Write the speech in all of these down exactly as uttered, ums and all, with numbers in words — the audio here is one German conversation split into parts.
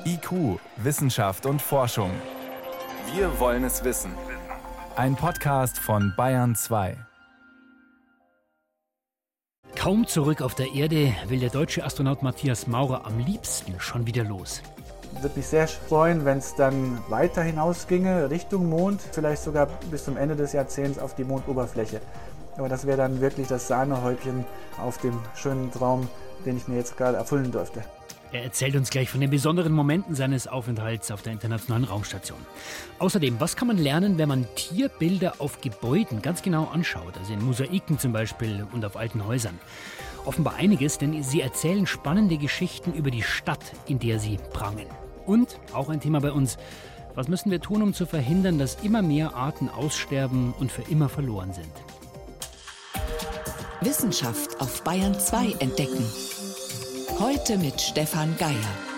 I Q, Wissenschaft und Forschung. Wir wollen es wissen. Ein Podcast von Bayern zwei. Kaum zurück auf der Erde will der deutsche Astronaut Matthias Maurer am liebsten schon wieder los. Ich würde mich sehr freuen, wenn es dann weiter hinausginge, Richtung Mond, vielleicht sogar bis zum Ende des Jahrzehnts auf die Mondoberfläche. Aber das wäre dann wirklich das Sahnehäubchen auf dem schönen Traum, den ich mir jetzt gerade erfüllen durfte. Er erzählt uns gleich von den besonderen Momenten seines Aufenthalts auf der Internationalen Raumstation. Außerdem, was kann man lernen, wenn man Tierbilder auf Gebäuden ganz genau anschaut, also in Mosaiken zum Beispiel und auf alten Häusern? Offenbar einiges, denn sie erzählen spannende Geschichten über die Stadt, in der sie prangen. Und, auch ein Thema bei uns, was müssen wir tun, um zu verhindern, dass immer mehr Arten aussterben und für immer verloren sind? Wissenschaft auf Bayern zwei entdecken. Heute mit Stefan Geier.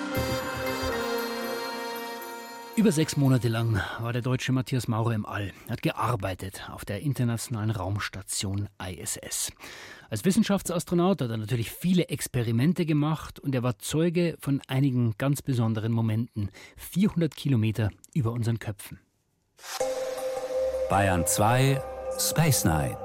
Über sechs Monate lang war der deutsche Matthias Maurer im All. Er hat gearbeitet auf der Internationalen Raumstation I S S. Als Wissenschaftsastronaut hat er natürlich viele Experimente gemacht und er war Zeuge von einigen ganz besonderen Momenten. vierhundert Kilometer über unseren Köpfen. Bayern zwei Space Night.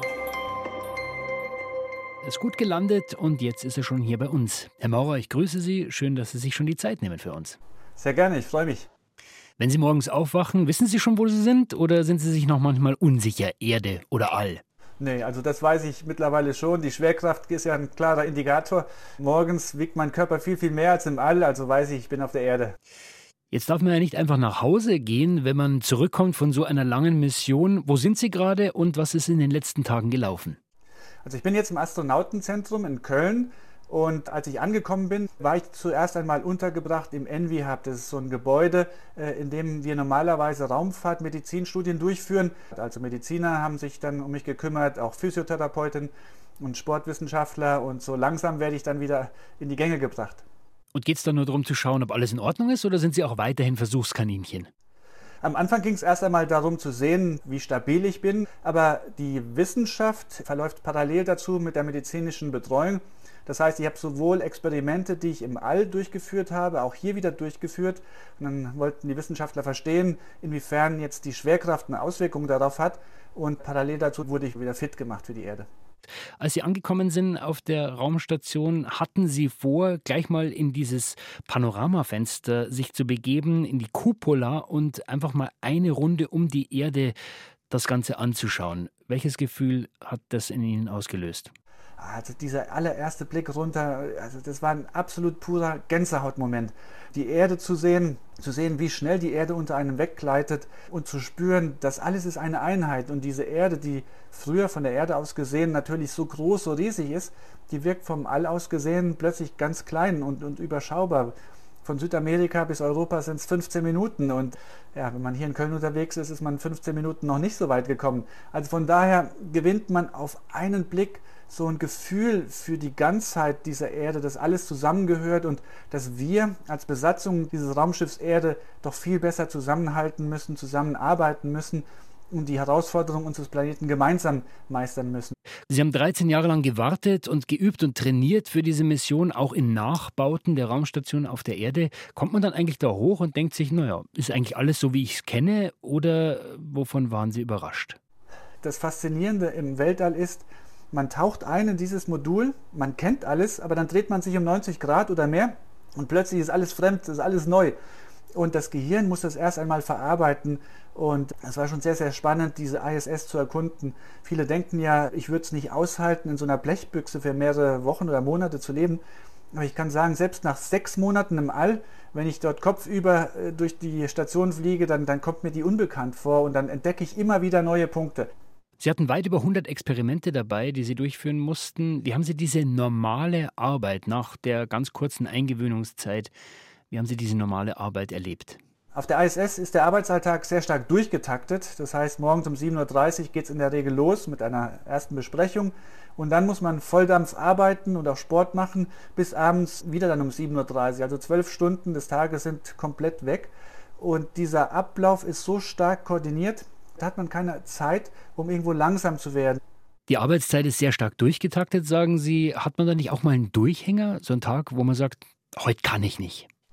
Er ist gut gelandet und jetzt ist er schon hier bei uns. Herr Maurer, ich grüße Sie. Schön, dass Sie sich schon die Zeit nehmen für uns. Sehr gerne, ich freue mich. Wenn Sie morgens aufwachen, wissen Sie schon, wo Sie sind oder sind Sie sich noch manchmal unsicher, Erde oder All? Nee, also das weiß ich mittlerweile schon. Die Schwerkraft ist ja ein klarer Indikator. Morgens wiegt mein Körper viel, viel mehr als im All, also weiß ich, ich bin auf der Erde. Jetzt darf man ja nicht einfach nach Hause gehen, wenn man zurückkommt von so einer langen Mission. Wo sind Sie gerade und was ist in den letzten Tagen gelaufen? Also ich bin jetzt im Astronautenzentrum in Köln und als ich angekommen bin, war ich zuerst einmal untergebracht im Envi-Hub. Das ist so ein Gebäude, in dem wir normalerweise Raumfahrt-Medizinstudien durchführen. Also Mediziner haben sich dann um mich gekümmert, auch Physiotherapeuten und Sportwissenschaftler und so langsam werde ich dann wieder in die Gänge gebracht. Und geht es dann nur darum zu schauen, ob alles in Ordnung ist oder sind Sie auch weiterhin Versuchskaninchen? Am Anfang ging es erst einmal darum zu sehen, wie stabil ich bin, aber die Wissenschaft verläuft parallel dazu mit der medizinischen Betreuung. Das heißt, ich habe sowohl Experimente, die ich im All durchgeführt habe, auch hier wieder durchgeführt. Und dann wollten die Wissenschaftler verstehen, inwiefern jetzt die Schwerkraft eine Auswirkung darauf hat. Und parallel dazu wurde ich wieder fit gemacht für die Erde. Als Sie angekommen sind auf der Raumstation, hatten Sie vor, gleich mal in dieses Panoramafenster sich zu begeben, in die Cupola und einfach mal eine Runde um die Erde das Ganze anzuschauen. Welches Gefühl hat das in Ihnen ausgelöst? Also dieser allererste Blick runter, also das war ein absolut purer Gänsehautmoment. Die Erde zu sehen, zu sehen, wie schnell die Erde unter einem weggleitet und zu spüren, das alles ist eine Einheit. Und diese Erde, die früher von der Erde aus gesehen natürlich so groß, so riesig ist, die wirkt vom All aus gesehen plötzlich ganz klein und, und überschaubar. Von Südamerika bis Europa sind es fünfzehn Minuten und ja, wenn man hier in Köln unterwegs ist, ist man fünfzehn Minuten noch nicht so weit gekommen. Also von daher gewinnt man auf einen Blick so ein Gefühl für die Ganzheit dieser Erde, dass alles zusammengehört und dass wir als Besatzung dieses Raumschiffs Erde doch viel besser zusammenhalten müssen, zusammenarbeiten müssen und die Herausforderungen unseres Planeten gemeinsam meistern müssen. Sie haben dreizehn Jahre lang gewartet und geübt und trainiert für diese Mission, auch in Nachbauten der Raumstation auf der Erde. Kommt man dann eigentlich da hoch und denkt sich, naja, ist eigentlich alles so, wie ich es kenne, oder wovon waren Sie überrascht? Das Faszinierende im Weltall ist, man taucht ein in dieses Modul, man kennt alles, aber dann dreht man sich um neunzig Grad oder mehr und plötzlich ist alles fremd, ist alles neu. Und das Gehirn muss das erst einmal verarbeiten und es war schon sehr, sehr spannend, diese I S S zu erkunden. Viele denken ja, ich würde es nicht aushalten, in so einer Blechbüchse für mehrere Wochen oder Monate zu leben. Aber ich kann sagen, selbst nach sechs Monaten im All, wenn ich dort kopfüber durch die Station fliege, dann, dann kommt mir die unbekannt vor und dann entdecke ich immer wieder neue Punkte. Sie hatten weit über hundert Experimente dabei, die Sie durchführen mussten. Wie haben Sie diese normale Arbeit nach der ganz kurzen Eingewöhnungszeit, wie haben Sie diese normale Arbeit erlebt? Auf der I S S ist der Arbeitsalltag sehr stark durchgetaktet. Das heißt, morgens um sieben Uhr dreißig geht es in der Regel los mit einer ersten Besprechung. Und dann muss man Volldampf arbeiten und auch Sport machen, bis abends wieder dann um sieben Uhr dreißig. Also zwölf Stunden des Tages sind komplett weg. Und dieser Ablauf ist so stark koordiniert, da hat man keine Zeit, um irgendwo langsam zu werden. Die Arbeitszeit ist sehr stark durchgetaktet, sagen Sie. Hat man da nicht auch mal einen Durchhänger, so einen Tag, wo man sagt, heute kann ich nicht?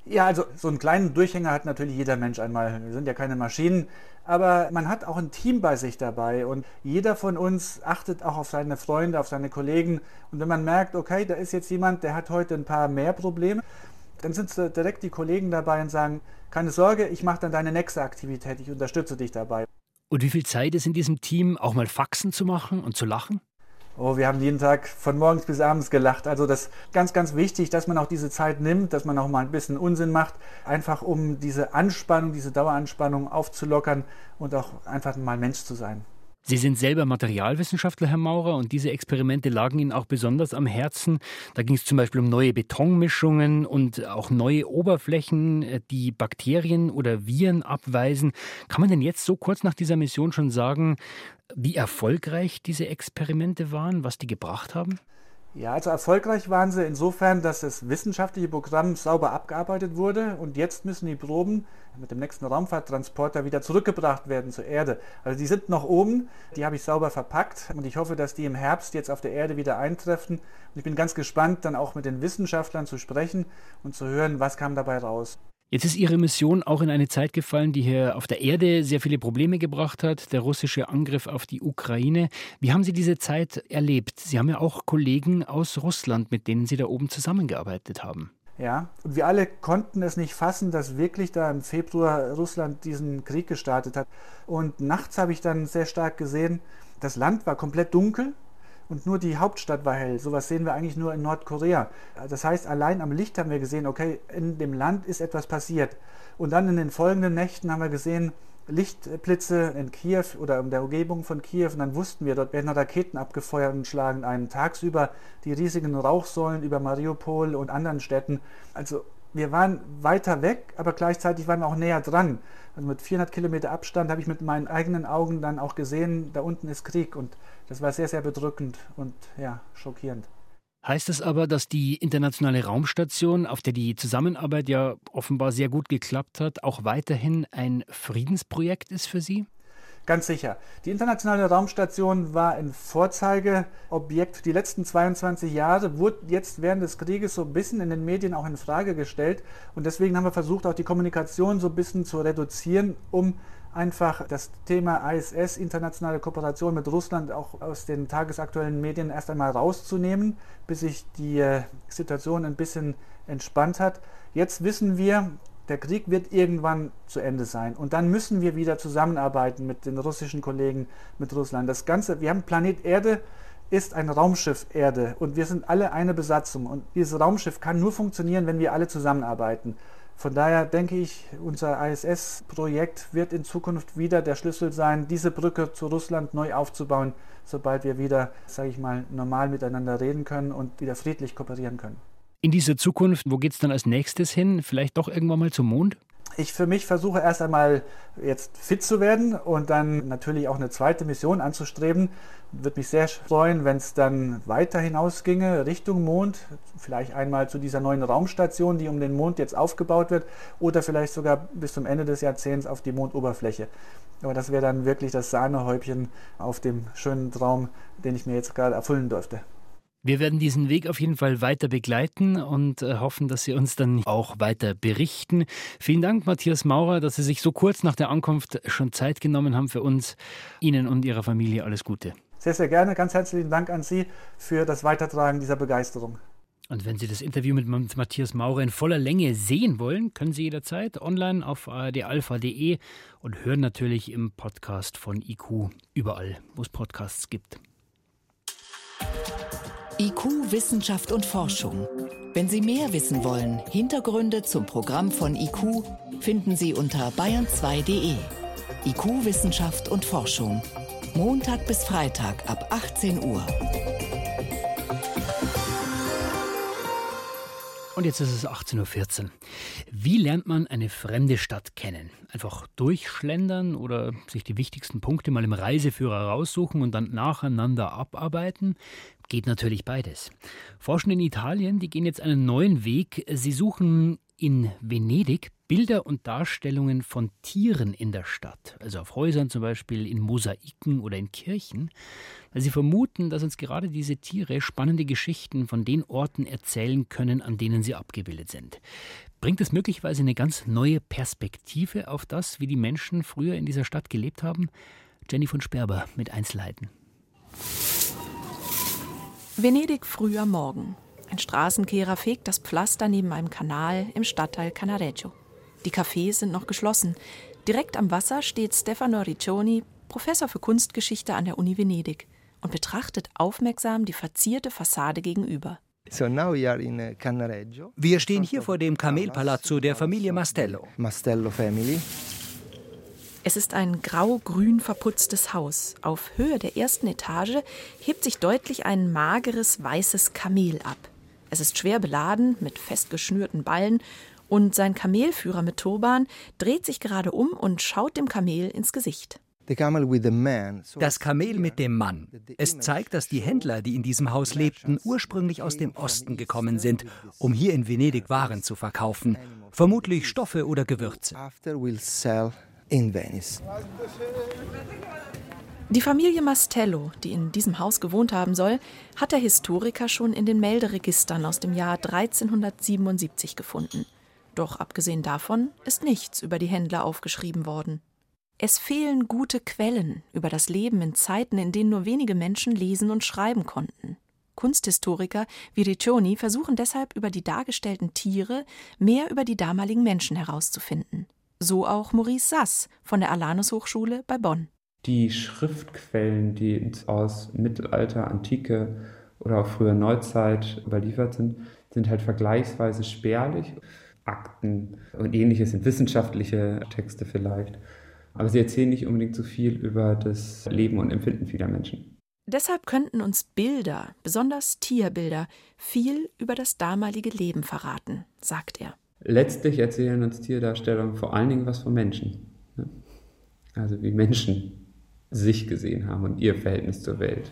Ja, also so einen kleinen Durchhänger hat natürlich jeder Mensch einmal. Wir sind ja keine Maschinen, aber man hat auch ein Team bei sich dabei und jeder von uns achtet auch auf seine Freunde, auf seine Kollegen. Und wenn man merkt, okay, da ist jetzt jemand, der hat heute ein paar mehr Probleme, dann sind direkt die Kollegen dabei und sagen, keine Sorge, ich mache dann deine nächste Aktivität, ich unterstütze dich dabei. Und wie viel Zeit ist in diesem Team, auch mal Faxen zu machen und zu lachen? Oh, wir haben jeden Tag von morgens bis abends gelacht. Also das ist ganz, ganz wichtig, dass man auch diese Zeit nimmt, dass man auch mal ein bisschen Unsinn macht, einfach um diese Anspannung, diese Daueranspannung aufzulockern und auch einfach mal Mensch zu sein. Sie sind selber Materialwissenschaftler, Herr Maurer, und diese Experimente lagen Ihnen auch besonders am Herzen. Da ging es zum Beispiel um neue Betonmischungen und auch neue Oberflächen, die Bakterien oder Viren abweisen. Kann man denn jetzt so kurz nach dieser Mission schon sagen, wie erfolgreich diese Experimente waren, was die gebracht haben? Ja, also erfolgreich waren sie insofern, dass das wissenschaftliche Programm sauber abgearbeitet wurde und jetzt müssen die Proben mit dem nächsten Raumfahrttransporter wieder zurückgebracht werden zur Erde. Also die sind noch oben, die habe ich sauber verpackt und ich hoffe, dass die im Herbst jetzt auf der Erde wieder eintreffen. Und ich bin ganz gespannt, dann auch mit den Wissenschaftlern zu sprechen und zu hören, was kam dabei raus. Jetzt ist Ihre Mission auch in eine Zeit gefallen, die hier auf der Erde sehr viele Probleme gebracht hat, der russische Angriff auf die Ukraine. Wie haben Sie diese Zeit erlebt? Sie haben ja auch Kollegen aus Russland, mit denen Sie da oben zusammengearbeitet haben. Ja, und wir alle konnten es nicht fassen, dass wirklich da im Februar Russland diesen Krieg gestartet hat. Und nachts habe ich dann sehr stark gesehen, das Land war komplett dunkel. Und nur die Hauptstadt war hell. Sowas sehen wir eigentlich nur in Nordkorea. Das heißt, allein am Licht haben wir gesehen, okay, in dem Land ist etwas passiert. Und dann in den folgenden Nächten haben wir gesehen, Lichtblitze in Kiew oder in der Umgebung von Kiew. Und dann wussten wir, dort werden Raketen abgefeuert und schlagen einen tagsüber die riesigen Rauchsäulen über Mariupol und anderen Städten. Also wir waren weiter weg, aber gleichzeitig waren wir auch näher dran. Also mit vierhundert Kilometer Abstand habe ich mit meinen eigenen Augen dann auch gesehen, da unten ist Krieg. Und das war sehr, sehr bedrückend und ja, schockierend. Heißt es aber, dass die internationale Raumstation, auf der die Zusammenarbeit ja offenbar sehr gut geklappt hat, auch weiterhin ein Friedensprojekt ist für Sie? Ganz sicher. Die internationale Raumstation war ein Vorzeigeobjekt für die letzten zweiundzwanzig Jahre, wurde jetzt während des Krieges so ein bisschen in den Medien auch in Frage gestellt. Und deswegen haben wir versucht, auch die Kommunikation so ein bisschen zu reduzieren, um einfach das Thema I S S, internationale Kooperation mit Russland, auch aus den tagesaktuellen Medien erst einmal rauszunehmen, bis sich die äh, Situation ein bisschen entspannt hat. Jetzt wissen wir, der Krieg wird irgendwann zu Ende sein und dann müssen wir wieder zusammenarbeiten mit den russischen Kollegen, mit Russland. Das Ganze, wir haben Planet Erde, ist ein Raumschiff Erde und wir sind alle eine Besatzung und dieses Raumschiff kann nur funktionieren, wenn wir alle zusammenarbeiten. Von daher denke ich, unser I S S-Projekt wird in Zukunft wieder der Schlüssel sein, diese Brücke zu Russland neu aufzubauen, sobald wir wieder, sage ich mal, normal miteinander reden können und wieder friedlich kooperieren können. In dieser Zukunft, wo geht es dann als nächstes hin? Vielleicht doch irgendwann mal zum Mond? Ich für mich versuche erst einmal jetzt fit zu werden und dann natürlich auch eine zweite Mission anzustreben. Würde mich sehr freuen, wenn es dann weiter hinausginge Richtung Mond, vielleicht einmal zu dieser neuen Raumstation, die um den Mond jetzt aufgebaut wird, oder vielleicht sogar bis zum Ende des Jahrzehnts auf die Mondoberfläche. Aber das wäre dann wirklich das Sahnehäubchen auf dem schönen Traum, den ich mir jetzt gerade erfüllen durfte. Wir werden diesen Weg auf jeden Fall weiter begleiten und äh, hoffen, dass Sie uns dann auch weiter berichten. Vielen Dank, Matthias Maurer, dass Sie sich so kurz nach der Ankunft schon Zeit genommen haben für uns. Ihnen und Ihrer Familie alles Gute. Sehr, sehr gerne. Ganz herzlichen Dank an Sie für das Weitertragen dieser Begeisterung. Und wenn Sie das Interview mit Matthias Maurer in voller Länge sehen wollen, können Sie jederzeit online auf a r d alpha punkt d e und hören natürlich im Podcast von I Q überall, wo es Podcasts gibt. I Q Wissenschaft und Forschung. Wenn Sie mehr wissen wollen, Hintergründe zum Programm von I Q finden Sie unter bayern zwei punkt d e. I Q Wissenschaft und Forschung. Montag bis Freitag ab achtzehn Uhr. Und jetzt ist es achtzehn Uhr vierzehn. Wie lernt man eine fremde Stadt kennen? Einfach durchschlendern oder sich die wichtigsten Punkte mal im Reiseführer raussuchen und dann nacheinander abarbeiten? Geht natürlich beides. Forschende in Italien, die gehen jetzt einen neuen Weg. Sie suchen in Venedig Bilder und Darstellungen von Tieren in der Stadt, also auf Häusern zum Beispiel, in Mosaiken oder in Kirchen, weil sie vermuten, dass uns gerade diese Tiere spannende Geschichten von den Orten erzählen können, an denen sie abgebildet sind. Bringt es möglicherweise eine ganz neue Perspektive auf das, wie die Menschen früher in dieser Stadt gelebt haben? Jenny von Sperber mit Einzelheiten. Venedig früher Morgen. Ein Straßenkehrer fegt das Pflaster neben einem Kanal im Stadtteil Cannaregio. Die Cafés sind noch geschlossen. Direkt am Wasser steht Stefano Riccioni, Professor für Kunstgeschichte an der Uni Venedig, und betrachtet aufmerksam die verzierte Fassade gegenüber. Wir stehen hier vor dem Kamelpalazzo der Familie Mastello. Mastello Family. Es ist ein grau-grün verputztes Haus. Auf Höhe der ersten Etage hebt sich deutlich ein mageres, weißes Kamel ab. Es ist schwer beladen, mit festgeschnürten Ballen, und sein Kamelführer mit Turban dreht sich gerade um und schaut dem Kamel ins Gesicht. Das Kamel mit dem Mann. Es zeigt, dass die Händler, die in diesem Haus lebten, ursprünglich aus dem Osten gekommen sind, um hier in Venedig Waren zu verkaufen. Vermutlich Stoffe oder Gewürze. Die Familie Mastello, die in diesem Haus gewohnt haben soll, hat der Historiker schon in den Melderegistern aus dem Jahr dreizehnhundertsiebenundsiebzig gefunden. Doch abgesehen davon ist nichts über die Händler aufgeschrieben worden. Es fehlen gute Quellen über das Leben in Zeiten, in denen nur wenige Menschen lesen und schreiben konnten. Kunsthistoriker wie Riccioni versuchen deshalb, über die dargestellten Tiere mehr über die damaligen Menschen herauszufinden. So auch Maurice Sass von der Alanus-Hochschule bei Bonn. Die Schriftquellen, die uns aus Mittelalter, Antike oder auch früher Neuzeit überliefert sind, sind halt vergleichsweise spärlich. Akten und Ähnliches sind wissenschaftliche Texte vielleicht. Aber sie erzählen nicht unbedingt so viel über das Leben und Empfinden vieler Menschen. Deshalb könnten uns Bilder, besonders Tierbilder, viel über das damalige Leben verraten, sagt er. Letztlich erzählen uns Tierdarstellungen vor allen Dingen was von Menschen. Also wie Menschen sich gesehen haben und ihr Verhältnis zur Welt.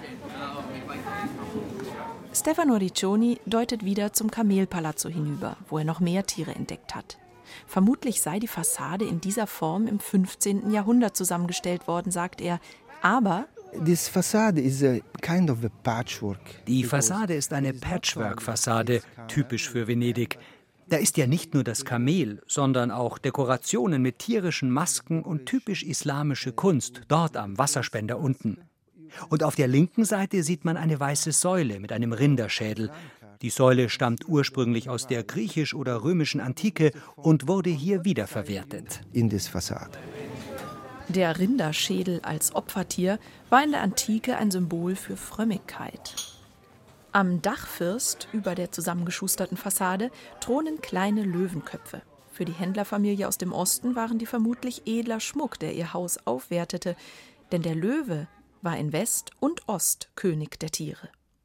Stefano Riccioni deutet wieder zum Kamelpalazzo hinüber, wo er noch mehr Tiere entdeckt hat. Vermutlich sei die Fassade in dieser Form im fünfzehnten Jahrhundert zusammengestellt worden, sagt er. Aber Die Fassade ist eine Patchwork-Fassade, typisch für Venedig. Da ist ja nicht nur das Kamel, sondern auch Dekorationen mit tierischen Masken und typisch islamische Kunst, dort am Wasserspender unten. Und auf der linken Seite sieht man eine weiße Säule mit einem Rinderschädel. Die Säule stammt ursprünglich aus der griechisch- oder römischen Antike und wurde hier wiederverwertet. In this Fassade. Der Rinderschädel als Opfertier war in der Antike ein Symbol für Frömmigkeit. Am Dachfirst über der zusammengeschusterten Fassade thronen kleine Löwenköpfe. Für die Händlerfamilie aus dem Osten waren die vermutlich edler Schmuck, der ihr Haus aufwertete. Denn der Löwe war in West und Ost König der Tiere.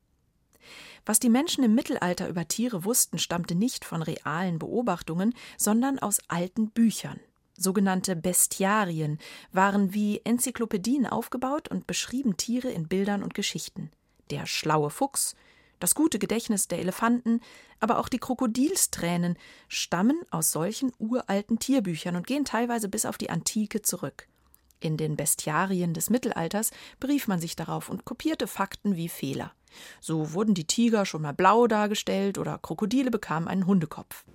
Was die Menschen im Mittelalter über Tiere wussten, stammte nicht von realen Beobachtungen, sondern aus alten Büchern. Sogenannte Bestiarien waren wie Enzyklopädien aufgebaut und beschrieben Tiere in Bildern und Geschichten. Der schlaue Fuchs, das gute Gedächtnis der Elefanten, aber auch die Krokodilstränen stammen aus solchen uralten Tierbüchern und gehen teilweise bis auf die Antike zurück. In den Bestiarien des Mittelalters berief man sich darauf und kopierte Fakten wie Fehler. So wurden die Tiger schon mal blau dargestellt oder Krokodile bekamen einen Hundekopf.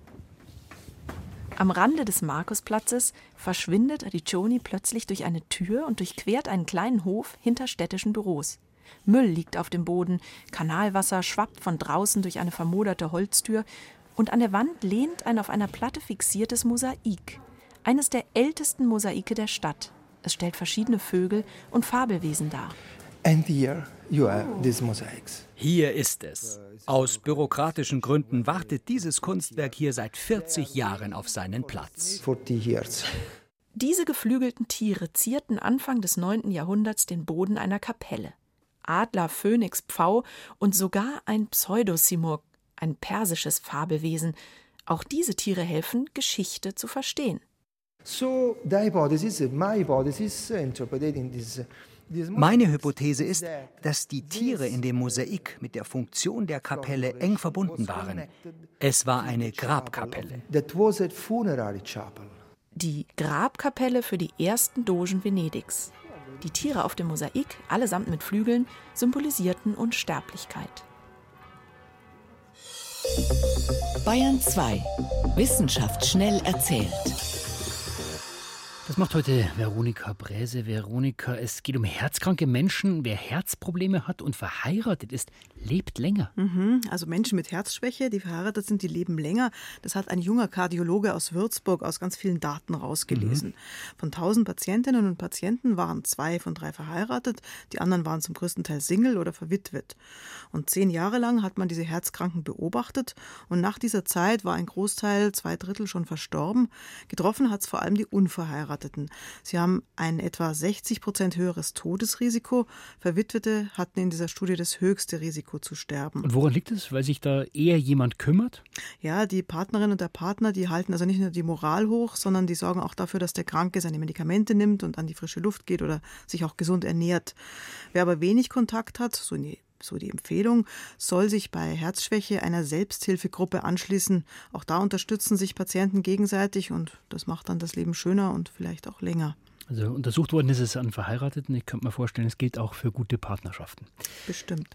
Am Rande des Markusplatzes verschwindet Riccioni plötzlich durch eine Tür und durchquert einen kleinen Hof hinter städtischen Büros. Müll liegt auf dem Boden, Kanalwasser schwappt von draußen durch eine vermoderte Holztür und an der Wand lehnt ein auf einer Platte fixiertes Mosaik. Eines der ältesten Mosaike der Stadt. Es stellt verschiedene Vögel und Fabelwesen dar. And here you have these mosaics. Hier ist es. Aus bürokratischen Gründen wartet dieses Kunstwerk hier seit vierzig Jahren auf seinen Platz. forty years. Diese geflügelten Tiere zierten Anfang des neunten Jahrhunderts den Boden einer Kapelle. Adler, Phönix, Pfau und sogar ein Pseudosimurg, ein persisches Fabelwesen. Auch diese Tiere helfen, Geschichte zu verstehen. So the hypothesis, my hypothesis, interpreting this Meine Hypothese ist, dass die Tiere in dem Mosaik mit der Funktion der Kapelle eng verbunden waren. Es war eine Grabkapelle. Die Grabkapelle für die ersten Dogen Venedigs. Die Tiere auf dem Mosaik, allesamt mit Flügeln, symbolisierten Unsterblichkeit. Bayern zwei. Wissenschaft schnell erzählt. Das macht heute Veronika Bräse. Veronika, es geht um herzkranke Menschen. Wer Herzprobleme hat und verheiratet ist, lebt länger. Mhm, also Menschen mit Herzschwäche, die verheiratet sind, die leben länger. Das hat ein junger Kardiologe aus Würzburg aus ganz vielen Daten rausgelesen. Mhm. Von tausend Patientinnen und Patienten waren zwei von drei verheiratet. Die anderen waren zum größten Teil Single oder verwitwet. Und zehn Jahre lang hat man diese Herzkranken beobachtet. Und nach dieser Zeit war ein Großteil, zwei Drittel schon verstorben. Getroffen hat es vor allem die Unverheirateten. Sie haben ein etwa sechzig Prozent höheres Todesrisiko. Verwitwete hatten in dieser Studie das höchste Risiko zu sterben. Und woran liegt es? Weil sich da eher jemand kümmert? Ja, die Partnerin und der Partner, die halten also nicht nur die Moral hoch, sondern die sorgen auch dafür, dass der Kranke seine Medikamente nimmt und an die frische Luft geht oder sich auch gesund ernährt. Wer aber wenig Kontakt hat, so in die So die Empfehlung, soll sich bei Herzschwäche einer Selbsthilfegruppe anschließen. Auch da unterstützen sich Patienten gegenseitig und das macht dann das Leben schöner und vielleicht auch länger. Also untersucht worden ist es an Verheirateten. Ich könnte mir vorstellen, es gilt auch für gute Partnerschaften. Bestimmt.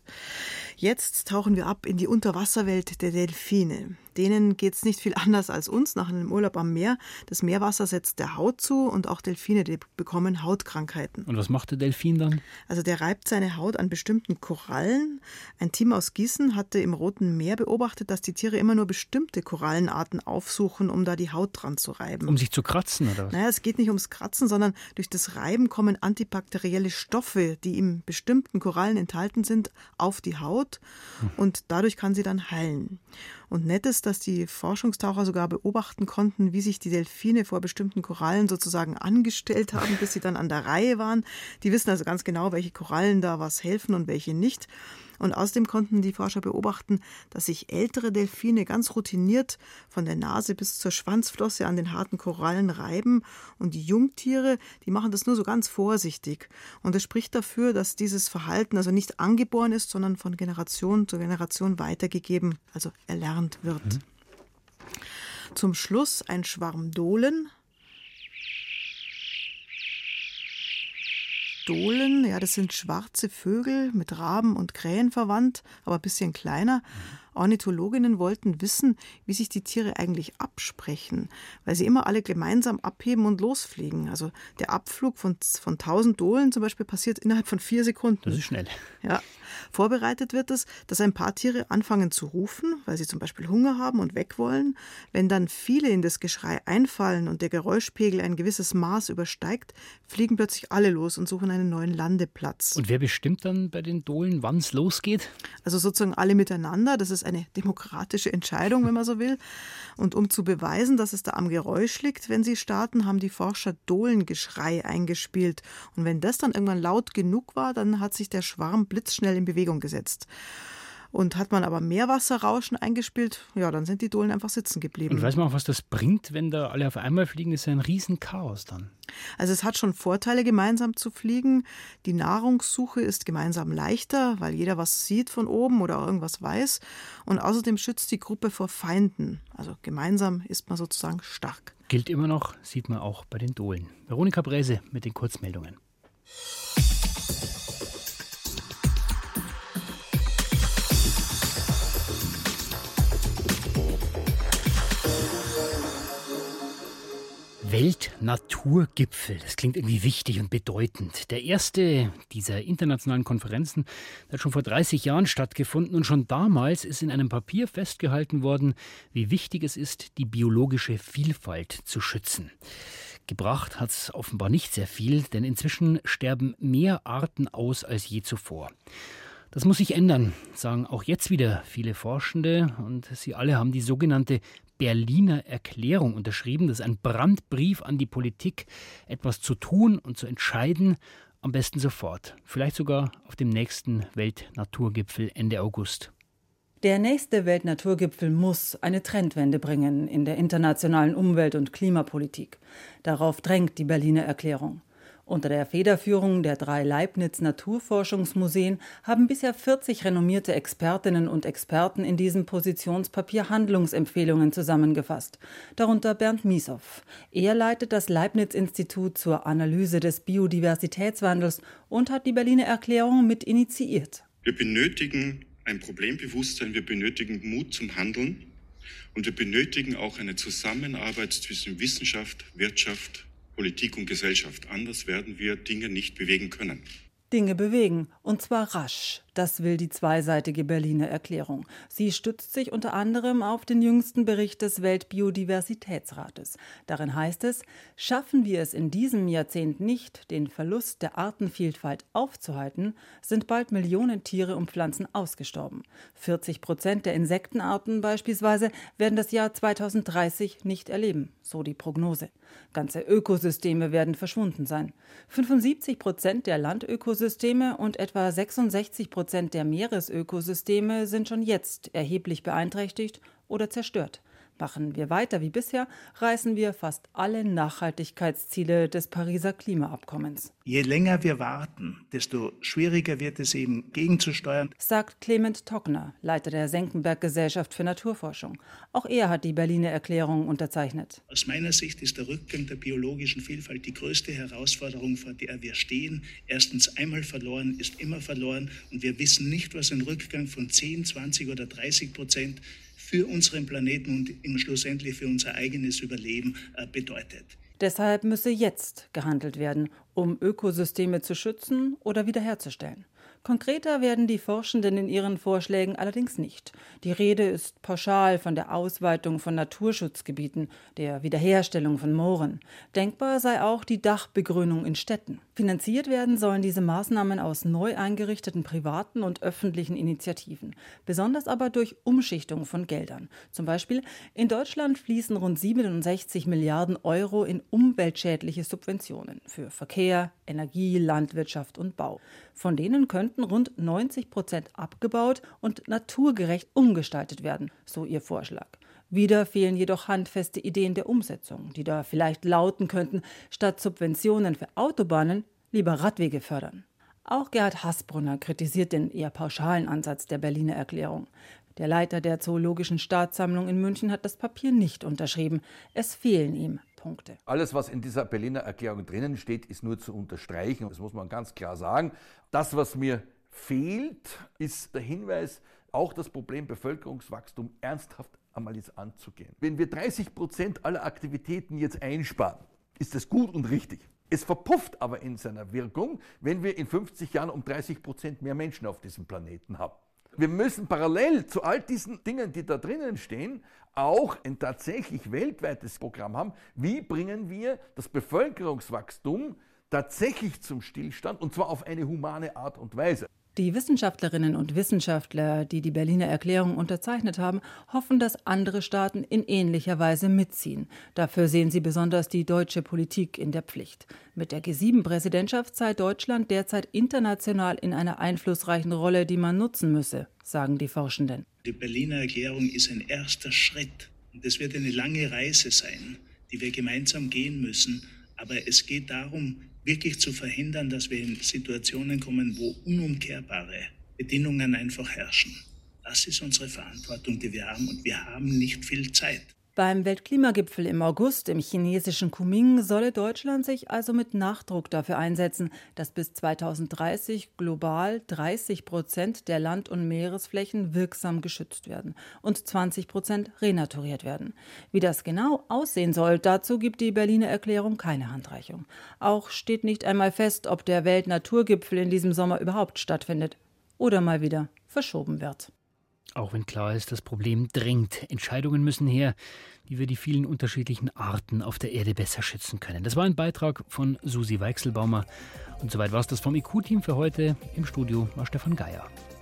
Jetzt tauchen wir ab in die Unterwasserwelt der Delfine. Denen geht es nicht viel anders als uns nach einem Urlaub am Meer. Das Meerwasser setzt der Haut zu und auch Delfine die bekommen Hautkrankheiten. Und was macht der Delfin dann? Also der reibt seine Haut an bestimmten Korallen. Ein Team aus Gießen hatte im Roten Meer beobachtet, dass die Tiere immer nur bestimmte Korallenarten aufsuchen, um da die Haut dran zu reiben. Um sich zu kratzen, oder was? Naja, es geht nicht ums Kratzen, sondern durch das Reiben kommen antibakterielle Stoffe, die in bestimmten Korallen enthalten sind, auf die Haut und dadurch kann sie dann heilen. Und nett ist, dass die Forschungstaucher sogar beobachten konnten, wie sich die Delfine vor bestimmten Korallen sozusagen angestellt haben, bis sie dann an der Reihe waren. Die wissen also ganz genau, welche Korallen da was helfen und welche nicht. Und außerdem konnten die Forscher beobachten, dass sich ältere Delfine ganz routiniert von der Nase bis zur Schwanzflosse an den harten Korallen reiben. Und die Jungtiere, die machen das nur so ganz vorsichtig. Und das spricht dafür, dass dieses Verhalten also nicht angeboren ist, sondern von Generation zu Generation weitergegeben, also erlernt wird. Mhm. Zum Schluss ein Schwarm Dohlen. Dohlen, ja, das sind schwarze Vögel mit Raben und Krähen verwandt, aber ein bisschen kleiner. Ornithologinnen wollten wissen, wie sich die Tiere eigentlich absprechen, weil sie immer alle gemeinsam abheben und losfliegen. Also der Abflug von, von tausend Dohlen zum Beispiel passiert innerhalb von vier Sekunden. Das ist schnell. Ja. Vorbereitet wird es, dass ein paar Tiere anfangen zu rufen, weil sie zum Beispiel Hunger haben und weg wollen. Wenn dann viele in das Geschrei einfallen und der Geräuschpegel ein gewisses Maß übersteigt, fliegen plötzlich alle los und suchen einen neuen Landeplatz. Und wer bestimmt dann bei den Dohlen, wann es losgeht? Also sozusagen alle miteinander. Das ist eine demokratische Entscheidung, wenn man so will. Und um zu beweisen, dass es da am Geräusch liegt, wenn sie starten, haben die Forscher Dohlengeschrei eingespielt. Und wenn das dann irgendwann laut genug war, dann hat sich der Schwarm blitzschnell in Bewegung gesetzt. Und hat man aber Meerwasserrauschen eingespielt, ja, dann sind die Dohlen einfach sitzen geblieben. Und weiß man auch, was das bringt, wenn da alle auf einmal fliegen? Das ist ja ein Riesenchaos dann. Also es hat schon Vorteile, gemeinsam zu fliegen. Die Nahrungssuche ist gemeinsam leichter, weil jeder was sieht von oben oder irgendwas weiß. Und außerdem schützt die Gruppe vor Feinden. Also gemeinsam ist man sozusagen stark. Gilt immer noch, sieht man auch bei den Dohlen. Veronika Bräse mit den Kurzmeldungen. Weltnaturgipfel, das klingt irgendwie wichtig und bedeutend. Der erste dieser internationalen Konferenzen hat schon vor dreißig Jahren stattgefunden und schon damals ist in einem Papier festgehalten worden, wie wichtig es ist, die biologische Vielfalt zu schützen. Gebracht hat es offenbar nicht sehr viel, denn inzwischen sterben mehr Arten aus als je zuvor. Das muss sich ändern, sagen auch jetzt wieder viele Forschende und sie alle haben die sogenannte Berliner Erklärung unterschrieben. Das ist ein Brandbrief an die Politik, etwas zu tun und zu entscheiden, am besten sofort. Vielleicht sogar auf dem nächsten Weltnaturgipfel Ende August. Der nächste Weltnaturgipfel muss eine Trendwende bringen in der internationalen Umwelt- und Klimapolitik. Darauf drängt die Berliner Erklärung. Unter der Federführung der drei Leibniz-Naturforschungsmuseen haben bisher vierzig renommierte Expertinnen und Experten in diesem Positionspapier Handlungsempfehlungen zusammengefasst. Darunter Bernd Miesow. Er leitet das Leibniz-Institut zur Analyse des Biodiversitätswandels und hat die Berliner Erklärung mit initiiert. Wir benötigen ein Problembewusstsein, wir benötigen Mut zum Handeln und wir benötigen auch eine Zusammenarbeit zwischen Wissenschaft, Wirtschaft, Politik und Gesellschaft. Anders werden wir Dinge nicht bewegen können. Dinge bewegen, und zwar rasch. Das will die zweiseitige Berliner Erklärung. Sie stützt sich unter anderem auf den jüngsten Bericht des Weltbiodiversitätsrates. Darin heißt es, schaffen wir es in diesem Jahrzehnt nicht, den Verlust der Artenvielfalt aufzuhalten, sind bald Millionen Tiere und Pflanzen ausgestorben. vierzig Prozent der Insektenarten beispielsweise werden das Jahr zweitausenddreißig nicht erleben, so die Prognose. Ganze Ökosysteme werden verschwunden sein. fünfundsiebzig Prozent der Landökosysteme und etwa sechsundsechzig Prozent der Meeresökosysteme sind schon jetzt erheblich beeinträchtigt oder zerstört. Machen wir weiter wie bisher, reißen wir fast alle Nachhaltigkeitsziele des Pariser Klimaabkommens. Je länger wir warten, desto schwieriger wird es eben gegenzusteuern, sagt Clement Tockner, Leiter der Senckenberg-Gesellschaft für Naturforschung. Auch er hat die Berliner Erklärung unterzeichnet. Aus meiner Sicht ist der Rückgang der biologischen Vielfalt die größte Herausforderung, vor der wir stehen. Erstens, einmal verloren ist immer verloren und wir wissen nicht, was ein Rückgang von zehn, zwanzig oder dreißig Prozent für unseren Planeten und schlussendlich für unser eigenes Überleben äh, bedeutet. Deshalb müsse jetzt gehandelt werden, um Ökosysteme zu schützen oder wiederherzustellen. Konkreter werden die Forschenden in ihren Vorschlägen allerdings nicht. Die Rede ist pauschal von der Ausweitung von Naturschutzgebieten, der Wiederherstellung von Mooren. Denkbar sei auch die Dachbegrünung in Städten. Finanziert werden sollen diese Maßnahmen aus neu eingerichteten privaten und öffentlichen Initiativen, besonders aber durch Umschichtung von Geldern. Zum Beispiel in Deutschland fließen rund siebenundsechzig Milliarden Euro in umweltschädliche Subventionen für Verkehr, Energie, Landwirtschaft und Bau. Von denen könnten rund neunzig Prozent abgebaut und naturgerecht umgestaltet werden, so ihr Vorschlag. Wieder fehlen jedoch handfeste Ideen der Umsetzung, die da vielleicht lauten könnten, statt Subventionen für Autobahnen lieber Radwege fördern. Auch Gerhard Hasbrunner kritisiert den eher pauschalen Ansatz der Berliner Erklärung. Der Leiter der Zoologischen Staatssammlung in München hat das Papier nicht unterschrieben. Es fehlen ihm Punkte. Alles, was in dieser Berliner Erklärung drinnen steht, ist nur zu unterstreichen. Das muss man ganz klar sagen. Das, was mir fehlt, ist der Hinweis, auch das Problem Bevölkerungswachstum ernsthaft einmal jetzt anzugehen. Wenn wir dreißig Prozent aller Aktivitäten jetzt einsparen, ist das gut und richtig. Es verpufft aber in seiner Wirkung, wenn wir in fünfzig Jahren um dreißig Prozent mehr Menschen auf diesem Planeten haben. Wir müssen parallel zu all diesen Dingen, die da drinnen stehen, auch ein tatsächlich weltweites Programm haben. Wie bringen wir das Bevölkerungswachstum tatsächlich zum Stillstand, und zwar auf eine humane Art und Weise? Die Wissenschaftlerinnen und Wissenschaftler, die die Berliner Erklärung unterzeichnet haben, hoffen, dass andere Staaten in ähnlicher Weise mitziehen. Dafür sehen sie besonders die deutsche Politik in der Pflicht. Mit der G sieben Präsidentschaft sei Deutschland derzeit international in einer einflussreichen Rolle, die man nutzen müsse, sagen die Forschenden. Die Berliner Erklärung ist ein erster Schritt. Und es wird eine lange Reise sein, die wir gemeinsam gehen müssen. Aber es geht darum, wirklich zu verhindern, dass wir in Situationen kommen, wo unumkehrbare Bedingungen einfach herrschen. Das ist unsere Verantwortung, die wir haben, und wir haben nicht viel Zeit. Beim Weltklimagipfel im August im chinesischen Kunming solle Deutschland sich also mit Nachdruck dafür einsetzen, dass bis zweitausenddreißig global dreißig Prozent der Land- und Meeresflächen wirksam geschützt werden und zwanzig Prozent renaturiert werden. Wie das genau aussehen soll, dazu gibt die Berliner Erklärung keine Handreichung. Auch steht nicht einmal fest, ob der Weltnaturgipfel in diesem Sommer überhaupt stattfindet oder mal wieder verschoben wird. Auch wenn klar ist, das Problem drängt. Entscheidungen müssen her, wie wir die vielen unterschiedlichen Arten auf der Erde besser schützen können. Das war ein Beitrag von Susi Weichselbaumer. Und soweit war es das vom I Q-Team für heute. Im Studio war Stefan Geier.